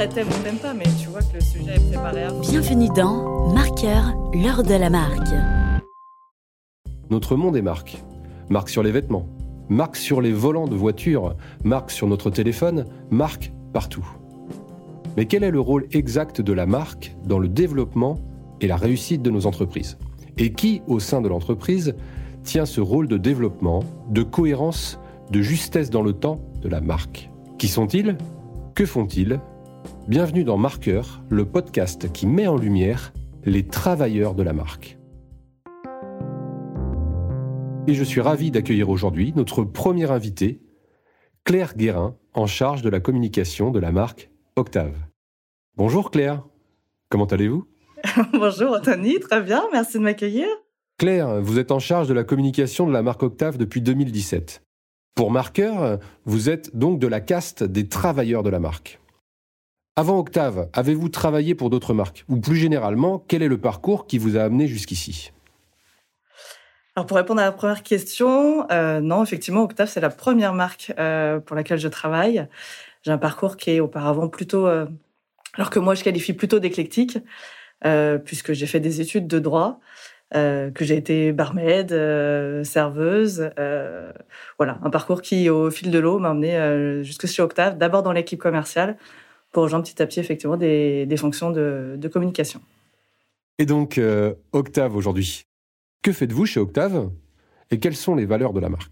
après t'aimes ou t'aimes pas, mais tu vois que le sujet est préparé avant. Bienvenue dans Marqueur, l'heure de la marque. Notre monde est marque. Marque sur les vêtements, marque sur les volants de voitures, marque sur notre téléphone, marque partout. Mais quel est le rôle exact de la marque dans le développement et la réussite de nos entreprises ? Et qui, au sein de l'entreprise, tient ce rôle de développement, de cohérence, de justesse dans le temps de la marque ? Qui sont-ils ? Que font-ils ? Bienvenue dans Marqueur, le podcast qui met en lumière les travailleurs de la marque. Et je suis ravi d'accueillir aujourd'hui notre première invitée, Claire Guérin, en charge de la communication de la marque Octave. Bonjour Claire, comment allez-vous ? Bonjour Anthony, très bien, merci de m'accueillir. Claire, vous êtes en charge de la communication de la marque Octave depuis 2017. Pour Marqueur, vous êtes donc de la caste des travailleurs de la marque. Avant Octave, avez-vous travaillé pour d'autres marques ? Ou plus généralement, quel est le parcours qui vous a amené jusqu'ici ? Alors pour répondre à la première question, non, effectivement, Octave, c'est la première marque pour laquelle je travaille. J'ai un parcours qui est auparavant plutôt, alors que moi je qualifie plutôt d'éclectique, puisque j'ai fait des études de droit, que j'ai été barmaid, serveuse, voilà, un parcours qui, au fil de l'eau, m'a emmené jusque chez Octave, d'abord dans l'équipe commerciale, pour rejoindre petit à petit effectivement des fonctions de communication. Et donc, Octave aujourd'hui, que faites-vous chez Octave et quelles sont les valeurs de la marque ?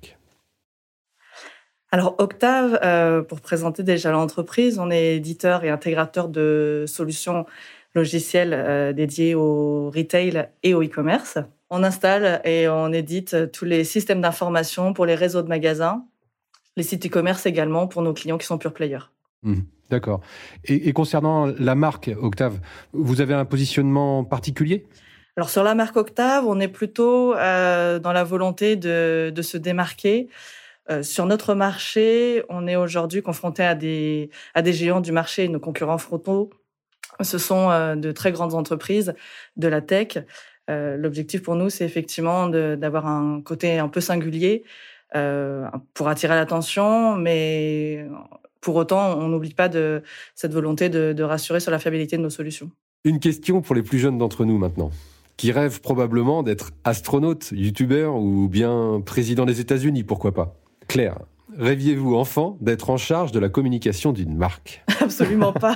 Alors Octave, pour présenter déjà l'entreprise, on est éditeur et intégrateur de solutions logicielles dédiées au retail et au e-commerce. On installe et on édite tous les systèmes d'information pour les réseaux de magasins, les sites e-commerce également pour nos clients qui sont pure players. D'accord. Et concernant la marque Octave, vous avez un positionnement particulier ? Alors sur la marque Octave, on est plutôt dans la volonté de se démarquer. Sur notre marché, on est aujourd'hui confronté à des géants du marché, nos concurrents frontaux. Ce sont de très grandes entreprises de la tech. L'objectif pour nous, c'est effectivement d'avoir un côté un peu singulier pour attirer l'attention, mais pour autant, on n'oublie pas cette volonté de rassurer sur la fiabilité de nos solutions. Une question pour les plus jeunes d'entre nous maintenant, qui rêvent probablement d'être astronaute, youtubeur ou bien président des États-Unis, pourquoi pas. Claire, rêviez-vous enfant d'être en charge de la communication d'une marque ? Absolument pas.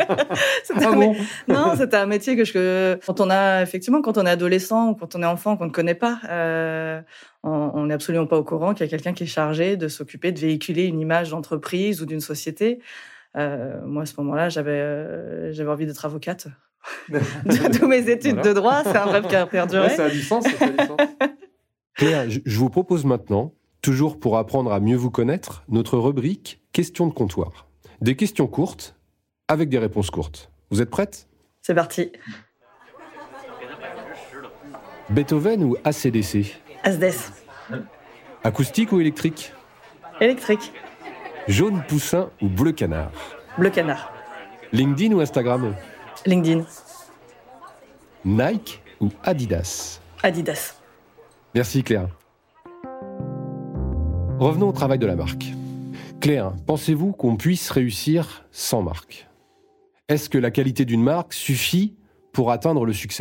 Non, c'était un métier que quand on est adolescent ou quand on est enfant, qu'on ne connaît pas, on n'est absolument pas au courant qu'il y a quelqu'un qui est chargé de s'occuper de véhiculer une image d'entreprise ou d'une société. Moi, à ce moment-là, j'avais envie d'être avocate. De tous mes études de droit, c'est un rêve qui a perduré. Ouais, ça a du sens. Claire, je vous propose maintenant, toujours pour apprendre à mieux vous connaître, notre rubrique Questions de comptoir. Des questions courtes, avec des réponses courtes. Vous êtes prête ? C'est parti. Beethoven ou AC/DC ? ASDES. Acoustique ou électrique ? Électrique. Jaune poussin ou bleu canard ? Bleu canard. LinkedIn ou Instagram ? LinkedIn. Nike ou Adidas ? Adidas. Merci Claire. Revenons au travail de la marque. Claire, pensez-vous qu'on puisse réussir sans marque ? Est-ce que la qualité d'une marque suffit pour atteindre le succès ?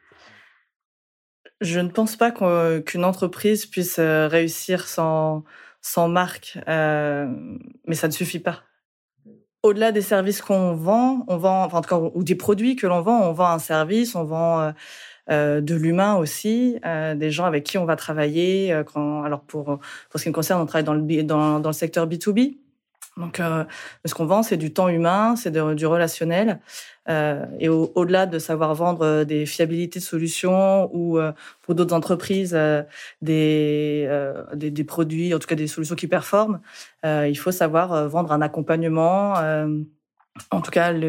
Je ne pense pas qu'une entreprise puisse réussir sans marque, mais ça ne suffit pas. Au-delà des services qu'on vend, en tout cas, ou des produits que l'on vend, on vend un service, on vend de l'humain aussi, des gens avec qui on va travailler. Alors pour ce qui me concerne, on travaille dans le secteur B2B. Donc, ce qu'on vend, c'est du temps humain, c'est du relationnel. Et au-delà de savoir vendre des fiabilités de solutions ou pour d'autres entreprises des produits, en tout cas des solutions qui performent, il faut savoir vendre un accompagnement. En tout cas,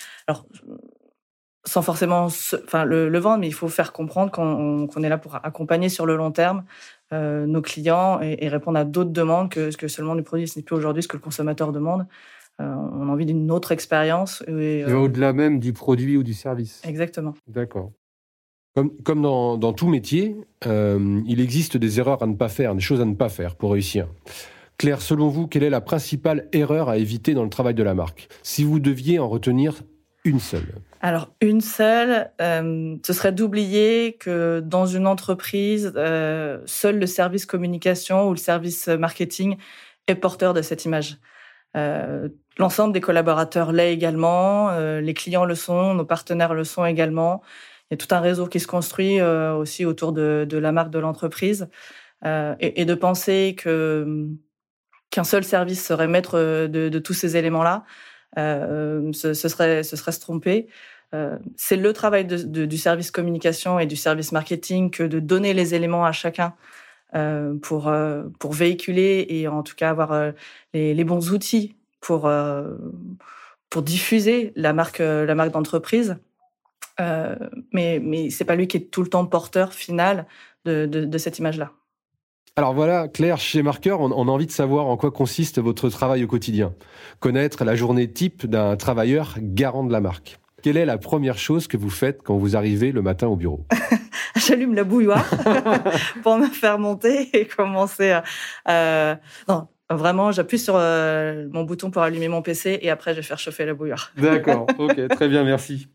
sans forcément le vendre, mais il faut faire comprendre qu'on est là pour accompagner sur le long terme nos clients et répondre à d'autres demandes que seulement du produit. Ce n'est plus aujourd'hui ce que le consommateur demande. On a envie d'une autre expérience. Et au-delà même du produit ou du service. Exactement. D'accord. Comme dans tout métier, il existe des erreurs à ne pas faire, des choses à ne pas faire pour réussir. Claire, selon vous, quelle est la principale erreur à éviter dans le travail de la marque ? Si vous deviez en retenir une seule. Alors, une seule, ce serait d'oublier que dans une entreprise, seul le service communication ou le service marketing est porteur de cette image. L'ensemble des collaborateurs l'est également, les clients le sont, nos partenaires le sont également. Il y a tout un réseau qui se construit aussi autour de la marque de l'entreprise. Et de penser qu'un seul service serait maître de tous ces éléments-là, ce serait se tromper. C'est le travail du service communication et du service marketing que de donner les éléments à chacun pour véhiculer et en tout cas avoir les bons outils pour diffuser la marque d'entreprise. Mais c'est pas lui qui est tout le temps porteur final de cette image-là. Alors voilà, Claire, chez Marqueur, on a envie de savoir en quoi consiste votre travail au quotidien. Connaître la journée type d'un travailleur garant de la marque. Quelle est la première chose que vous faites quand vous arrivez le matin au bureau ? J'allume la bouilloire pour me faire monter et commencer Non, vraiment, j'appuie sur mon bouton pour allumer mon PC et après, je vais faire chauffer la bouilloire. D'accord, ok, très bien, merci.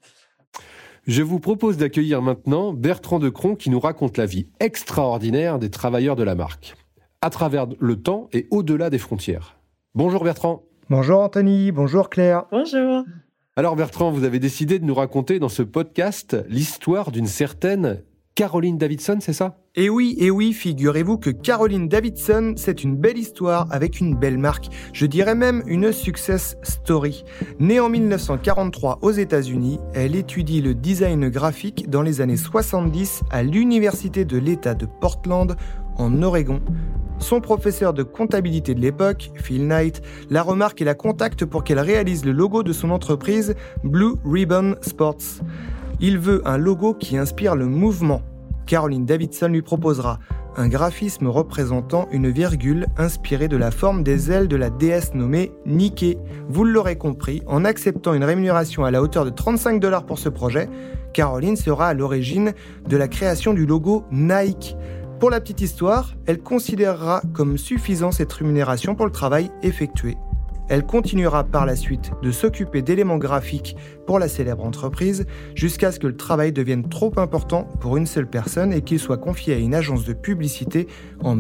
Je vous propose d'accueillir maintenant Bertrand Decron qui nous raconte la vie extraordinaire des travailleurs de la marque, à travers le temps et au-delà des frontières. Bonjour Bertrand. Bonjour Anthony, bonjour Claire. Bonjour. Alors Bertrand, vous avez décidé de nous raconter dans ce podcast l'histoire d'une certaine Caroline Davidson, c'est ça ? Et oui, figurez-vous que Caroline Davidson, c'est une belle histoire avec une belle marque. Je dirais même une success story. Née en 1943 aux États-Unis, elle étudie le design graphique dans les années 70 à l'Université de l'État de Portland, en Oregon. Son professeur de comptabilité de l'époque, Phil Knight, la remarque et la contacte pour qu'elle réalise le logo de son entreprise, Blue Ribbon Sports. Il veut un logo qui inspire le mouvement. Caroline Davidson lui proposera un graphisme représentant une virgule inspirée de la forme des ailes de la déesse nommée Nike. Vous l'aurez compris, en acceptant une rémunération à la hauteur de $35 pour ce projet, Caroline sera à l'origine de la création du logo Nike. Pour la petite histoire, elle considérera comme suffisant cette rémunération pour le travail effectué. Elle continuera par la suite de s'occuper d'éléments graphiques pour la célèbre entreprise jusqu'à ce que le travail devienne trop important pour une seule personne et qu'il soit confié à une agence de publicité en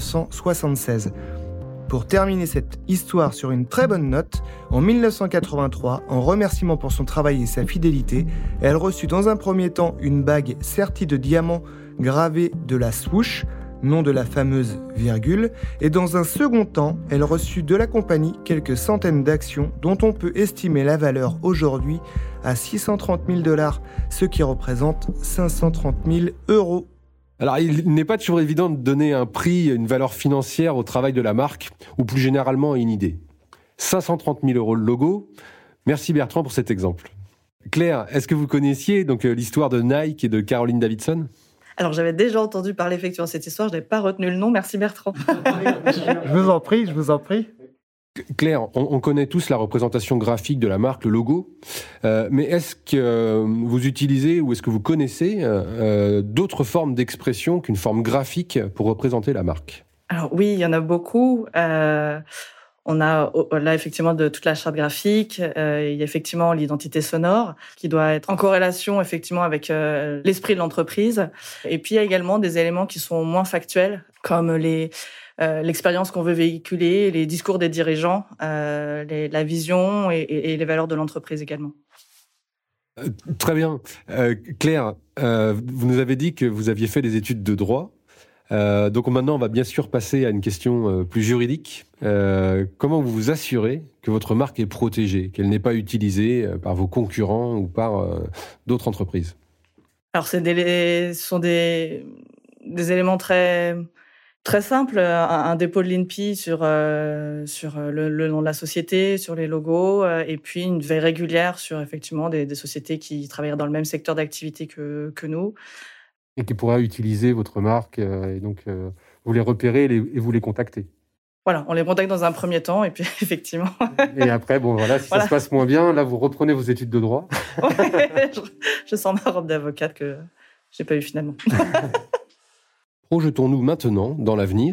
1976. Pour terminer cette histoire sur une très bonne note, en 1983, en remerciement pour son travail et sa fidélité, elle reçut dans un premier temps une bague sertie de diamants gravée de la swoosh, nom de la fameuse virgule, et dans un second temps, elle reçut de la compagnie quelques centaines d'actions dont on peut estimer la valeur aujourd'hui à $630,000, ce qui représente 530 000 €. Alors, il n'est pas toujours évident de donner un prix, une valeur financière au travail de la marque, ou plus généralement à une idée. 530 000 € le logo. Merci Bertrand pour cet exemple. Claire, est-ce que vous connaissiez donc l'histoire de Nike et de Caroline Davidson ? Alors, j'avais déjà entendu parler effectivement de cette histoire, je n'avais pas retenu le nom. Merci Bertrand. Je vous en prie. Claire, on connaît tous la représentation graphique de la marque, le logo, mais est-ce que vous utilisez ou est-ce que vous connaissez d'autres formes d'expression qu'une forme graphique pour représenter la marque ? Alors oui, il y en a beaucoup. On a là effectivement de toute la charte graphique. Il y a effectivement l'identité sonore qui doit être en corrélation effectivement avec l'esprit de l'entreprise. Et puis il y a également des éléments qui sont moins factuels, comme l'expérience qu'on veut véhiculer, les discours des dirigeants, la vision et les valeurs de l'entreprise également. Très bien. Claire, vous nous avez dit que vous aviez fait des études de droit. Donc maintenant, on va bien sûr passer à une question plus juridique. Comment vous vous assurez que votre marque est protégée, qu'elle n'est pas utilisée par vos concurrents ou par d'autres entreprises ? Alors, ce sont des éléments très très simples. Un dépôt de l'INPI sur le nom de la société, sur les logos, et puis une veille régulière sur effectivement des sociétés qui travaillent dans le même secteur d'activité que nous. Et qui pourra utiliser votre marque, et donc vous les repérez et vous les contactez. Voilà, on les contacte dans un premier temps, et puis effectivement... Et après, si ça se passe moins bien, là, vous reprenez vos études de droit. Ouais, je sens ma robe d'avocate que j'ai pas eu finalement. Projetons-nous maintenant dans l'avenir.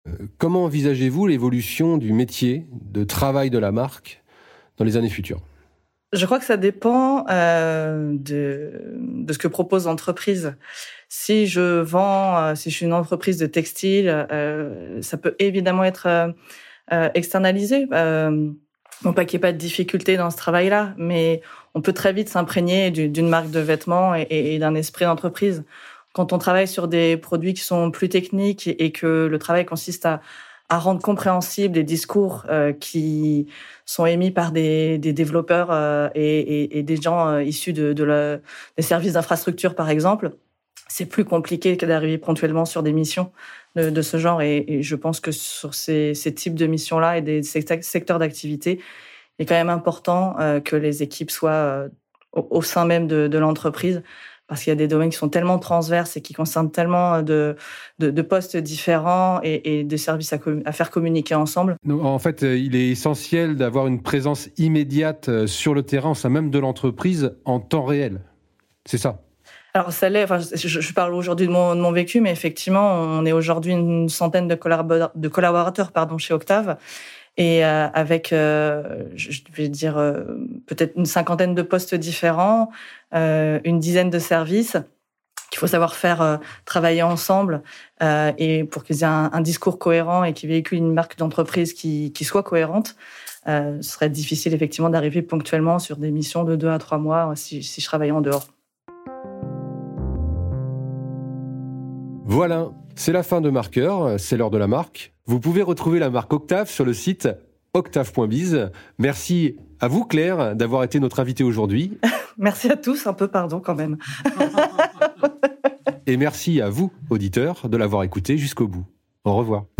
Comment envisagez-vous l'évolution du métier de travail de la marque dans les années futures ? Je crois que ça dépend de ce que propose l'entreprise. Si je suis une entreprise de textile, ça peut évidemment être externalisé. Non pas qu'il n'y ait pas de difficulté dans ce travail-là, mais on peut très vite s'imprégner d'une marque de vêtements et d'un esprit d'entreprise. Quand on travaille sur des produits qui sont plus techniques et que le travail consiste à rendre compréhensibles des discours qui sont émis par des développeurs et des gens issus des services d'infrastructure, par exemple, c'est plus compliqué que d'arriver ponctuellement sur des missions de ce genre. Et je pense que sur ces types de missions-là et des secteurs d'activité, il est quand même important que les équipes soient au sein même de l'entreprise, parce qu'il y a des domaines qui sont tellement transverses et qui concernent tellement de postes différents et de services à faire communiquer ensemble. En fait, il est essentiel d'avoir une présence immédiate sur le terrain, au sein même de l'entreprise, en temps réel. C'est ça ? Alors, ça l'est. Enfin, je parle aujourd'hui de mon vécu, mais effectivement, on est aujourd'hui une centaine de collaborateurs chez Octave. Et avec, je vais dire, peut-être une cinquantaine de postes différents, une dizaine de services qu'il faut savoir faire travailler ensemble et pour qu'ils aient un discours cohérent et qui véhicule une marque d'entreprise qui soit cohérente. Ce serait difficile effectivement d'arriver ponctuellement sur des missions de 2 à 3 mois si je travaillais en dehors. Voilà, c'est la fin de Marqueur, c'est l'heure de la marque. Vous pouvez retrouver la marque Octave sur le site octave.biz. Merci à vous, Claire, d'avoir été notre invitée aujourd'hui. Merci à tous, un peu pardon quand même. Et merci à vous, auditeurs, de l'avoir écouté jusqu'au bout. Au revoir.